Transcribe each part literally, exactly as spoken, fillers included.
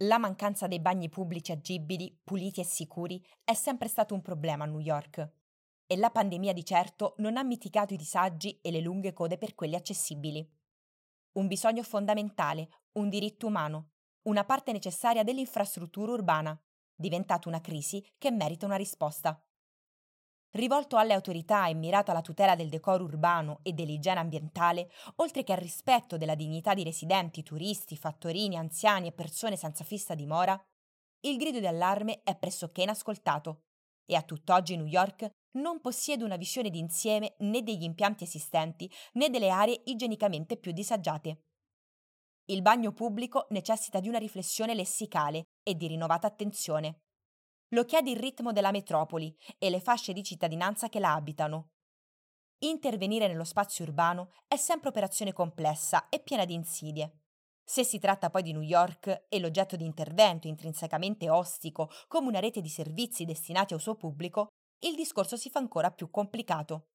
La mancanza dei bagni pubblici agibili, puliti e sicuri è sempre stato un problema a New York e la pandemia di certo non ha mitigato i disagi e le lunghe code per quelli accessibili. Un bisogno fondamentale, un diritto umano, una parte necessaria dell'infrastruttura urbana, diventato una crisi che merita una risposta. Rivolto alle autorità e mirato alla tutela del decoro urbano e dell'igiene ambientale, oltre che al rispetto della dignità di residenti, turisti, fattorini, anziani e persone senza fissa dimora, il grido di allarme è pressoché inascoltato e a tutt'oggi New York non possiede una visione d'insieme né degli impianti esistenti né delle aree igienicamente più disagiate. Il bagno pubblico necessita di una riflessione lessicale e di rinnovata attenzione. Lo chiede il ritmo della metropoli e le fasce di cittadinanza che la abitano. Intervenire nello spazio urbano è sempre operazione complessa e piena di insidie. Se si tratta poi di New York e l'oggetto di intervento intrinsecamente ostico come una rete di servizi destinati a uso pubblico, il discorso si fa ancora più complicato.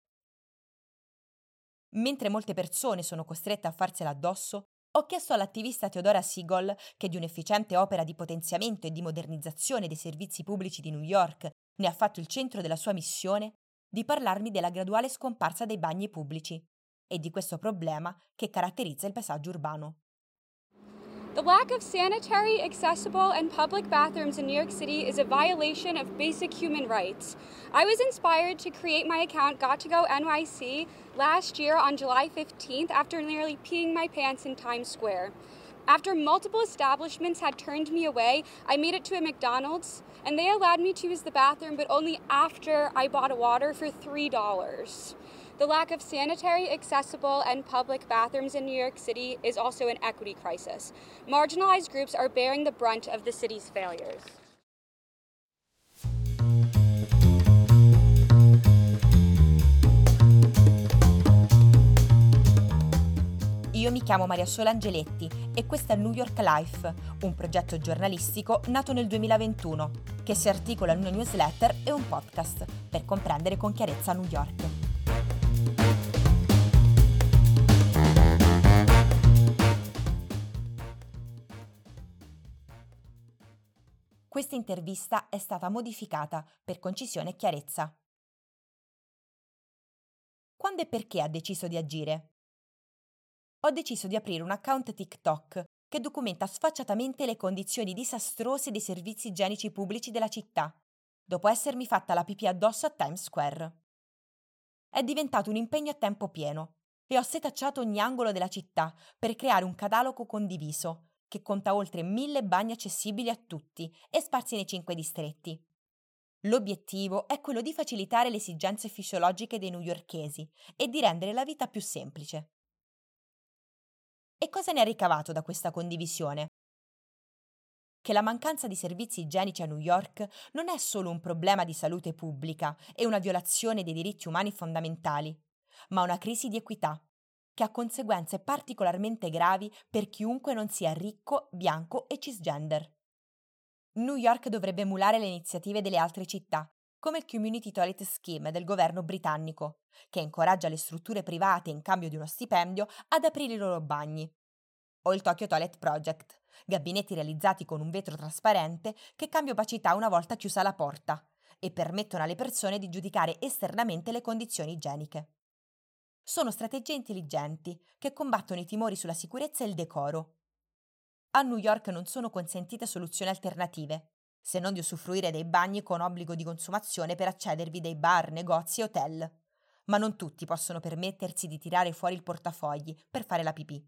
Mentre molte persone sono costrette a farsela addosso, ho chiesto all'attivista Theodora Segal, che di un'efficiente opera di potenziamento e di modernizzazione dei servizi pubblici di New York ne ha fatto il centro della sua missione, di parlarmi della graduale scomparsa dei bagni pubblici e di questo problema che caratterizza il paesaggio urbano. The lack of sanitary, accessible, and public bathrooms in New York City is a violation of basic human rights. I was inspired to create my account Got to Go N Y C last year on July fifteenth after nearly peeing my pants in Times Square. After multiple establishments had turned me away, I made it to a McDonald's, and they allowed me to use the bathroom, but only after I bought a water for three dollars. The lack of sanitary, accessible, and public bathrooms in New York City is also an equity crisis. Marginalized groups are bearing the brunt of the city's failures. Io mi chiamo Maria Sola Angeletti e questo è New York Life, un progetto giornalistico nato nel duemilaventuno, che si articola in una newsletter e un podcast per comprendere con chiarezza New York. Questa intervista è stata modificata per concisione e chiarezza. Quando e perché ha deciso di agire? Ho deciso di aprire un account TikTok che documenta sfacciatamente le condizioni disastrose dei servizi igienici pubblici della città, dopo essermi fatta la pipì addosso a Times Square. È diventato un impegno a tempo pieno e ho setacciato ogni angolo della città per creare un catalogo condiviso che conta oltre mille bagni accessibili a tutti e sparsi nei cinque distretti. L'obiettivo è quello di facilitare le esigenze fisiologiche dei newyorkesi e di rendere la vita più semplice. E cosa ne è ricavato da questa condivisione? Che la mancanza di servizi igienici a New York non è solo un problema di salute pubblica e una violazione dei diritti umani fondamentali, ma una crisi di equità, che ha conseguenze particolarmente gravi per chiunque non sia ricco, bianco e cisgender. New York dovrebbe emulare le iniziative delle altre città, come il Community Toilet Scheme del governo britannico, che incoraggia le strutture private in cambio di uno stipendio ad aprire i loro bagni. O il Tokyo Toilet Project, gabinetti realizzati con un vetro trasparente che cambia opacità una volta chiusa la porta e permettono alle persone di giudicare esternamente le condizioni igieniche. Sono strategie intelligenti che combattono i timori sulla sicurezza e il decoro. A New York non sono consentite soluzioni alternative, se non di usufruire dei bagni con obbligo di consumazione per accedervi dei bar, negozi e hotel. Ma non tutti possono permettersi di tirare fuori il portafogli per fare la pipì.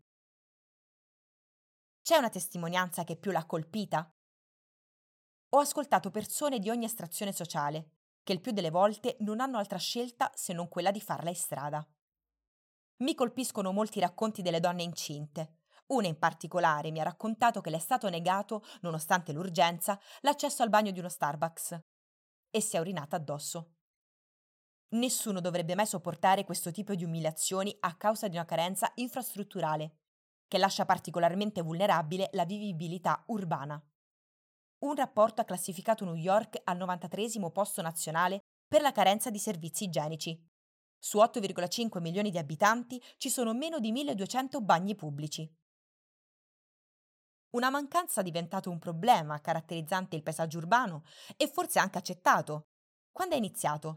C'è una testimonianza che più l'ha colpita? Ho ascoltato persone di ogni estrazione sociale, che il più delle volte non hanno altra scelta se non quella di farla in strada. Mi colpiscono molti racconti delle donne incinte. Una in particolare mi ha raccontato che le è stato negato, nonostante l'urgenza, l'accesso al bagno di uno Starbucks e si è urinata addosso. Nessuno dovrebbe mai sopportare questo tipo di umiliazioni a causa di una carenza infrastrutturale, che lascia particolarmente vulnerabile la vivibilità urbana. Un rapporto ha classificato New York al novantatreesimo posto nazionale per la carenza di servizi igienici. Su otto virgola cinque milioni di abitanti ci sono meno di milleduecento bagni pubblici. Una mancanza diventata un problema caratterizzante il paesaggio urbano e forse anche accettato. Quando è iniziato?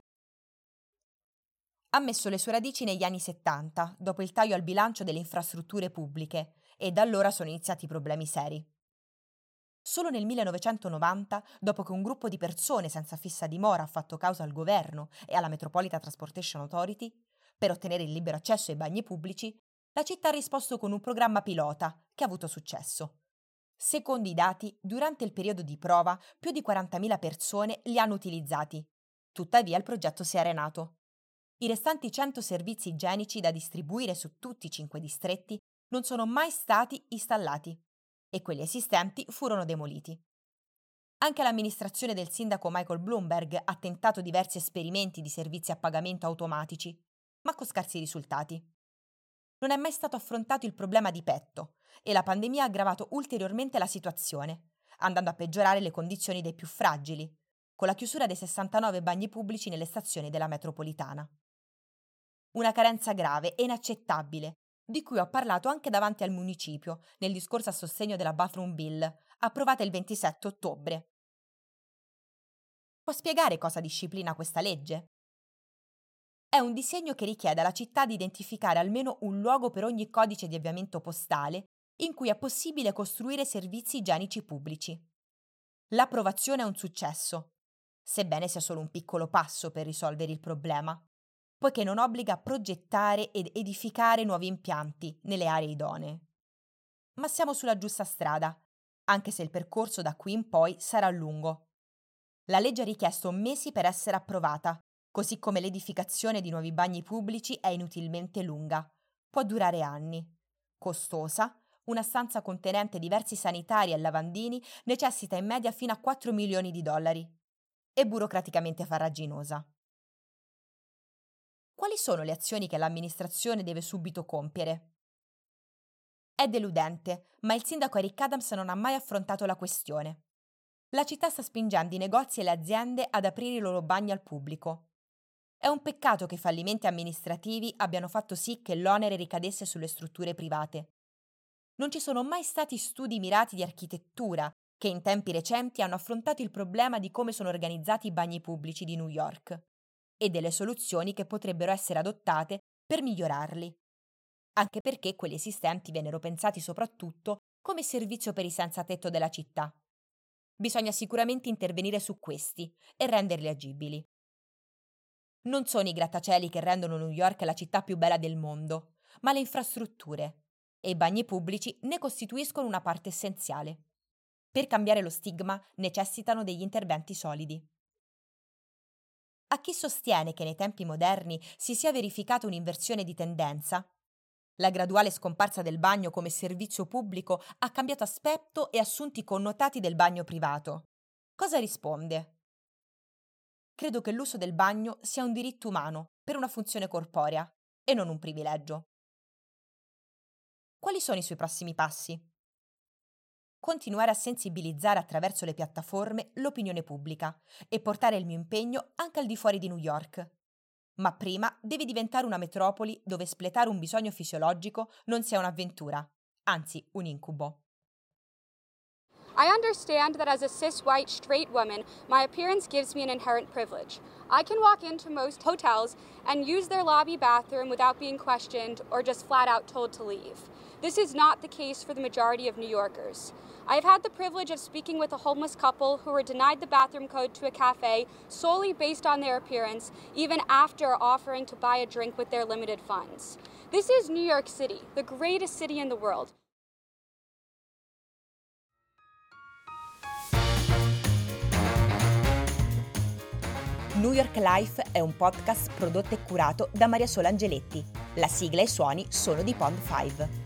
Ha messo le sue radici negli anni settanta, dopo il taglio al bilancio delle infrastrutture pubbliche, e da allora sono iniziati i problemi seri. Solo nel millenovecentonovanta, dopo che un gruppo di persone senza fissa dimora ha fatto causa al governo e alla Metropolitan Transportation Authority per ottenere il libero accesso ai bagni pubblici, la città ha risposto con un programma pilota che ha avuto successo. Secondo i dati, durante il periodo di prova, più di quarantamila persone li hanno utilizzati. Tuttavia il progetto si è arenato. I restanti cento servizi igienici da distribuire su tutti i cinque distretti non sono mai stati installati e quelli esistenti furono demoliti. Anche l'amministrazione del sindaco Michael Bloomberg ha tentato diversi esperimenti di servizi a pagamento automatici, ma con scarsi risultati. Non è mai stato affrontato il problema di petto e la pandemia ha aggravato ulteriormente la situazione, andando a peggiorare le condizioni dei più fragili, con la chiusura dei sessantanove bagni pubblici nelle stazioni della metropolitana. Una carenza grave e inaccettabile, di cui ho parlato anche davanti al municipio nel discorso a sostegno della Bathroom Bill, approvata il ventisette ottobre. Può spiegare cosa disciplina questa legge? È un disegno che richiede alla città di identificare almeno un luogo per ogni codice di avviamento postale in cui è possibile costruire servizi igienici pubblici. L'approvazione è un successo, sebbene sia solo un piccolo passo per risolvere il problema, poiché non obbliga a progettare ed edificare nuovi impianti nelle aree idonee. Ma siamo sulla giusta strada, anche se il percorso da qui in poi sarà lungo. La legge ha richiesto mesi per essere approvata, così come l'edificazione di nuovi bagni pubblici è inutilmente lunga. Può durare anni. Costosa, una stanza contenente diversi sanitari e lavandini necessita in media fino a quattro milioni di dollari. E burocraticamente farraginosa. Quali sono le azioni che l'amministrazione deve subito compiere? È deludente, ma il sindaco Eric Adams non ha mai affrontato la questione. La città sta spingendo i negozi e le aziende ad aprire i loro bagni al pubblico. È un peccato che i fallimenti amministrativi abbiano fatto sì che l'onere ricadesse sulle strutture private. Non ci sono mai stati studi mirati di architettura che in tempi recenti hanno affrontato il problema di come sono organizzati i bagni pubblici di New York e delle soluzioni che potrebbero essere adottate per migliorarli, anche perché quelli esistenti vennero pensati soprattutto come servizio per i senza tetto della città. Bisogna sicuramente intervenire su questi e renderli agibili. Non sono i grattacieli che rendono New York la città più bella del mondo, ma le infrastrutture, e i bagni pubblici ne costituiscono una parte essenziale. Per cambiare lo stigma necessitano degli interventi solidi. A chi sostiene che nei tempi moderni si sia verificata un'inversione di tendenza, la graduale scomparsa del bagno come servizio pubblico ha cambiato aspetto e assunto i connotati del bagno privato. Cosa risponde? Credo che l'uso del bagno sia un diritto umano per una funzione corporea e non un privilegio. Quali sono i suoi prossimi passi? Continuare a sensibilizzare attraverso le piattaforme l'opinione pubblica e portare il mio impegno anche al di fuori di New York. Ma prima deve diventare una metropoli dove espletare un bisogno fisiologico non sia un'avventura, anzi un incubo. I understand that as a cis white straight woman, my appearance gives me an inherent privilege. I can walk into most hotels and use their lobby bathroom without being questioned or just flat out told to leave. This is not the case for the majority of New Yorkers. I have had the privilege of speaking with a homeless couple who were denied the bathroom code to a cafe solely based on their appearance, even after offering to buy a drink with their limited funds. This is New York City, the greatest city in the world. New York Life è un podcast prodotto e curato da Maria Sola Angeletti. La sigla e i suoni sono di Pond cinque.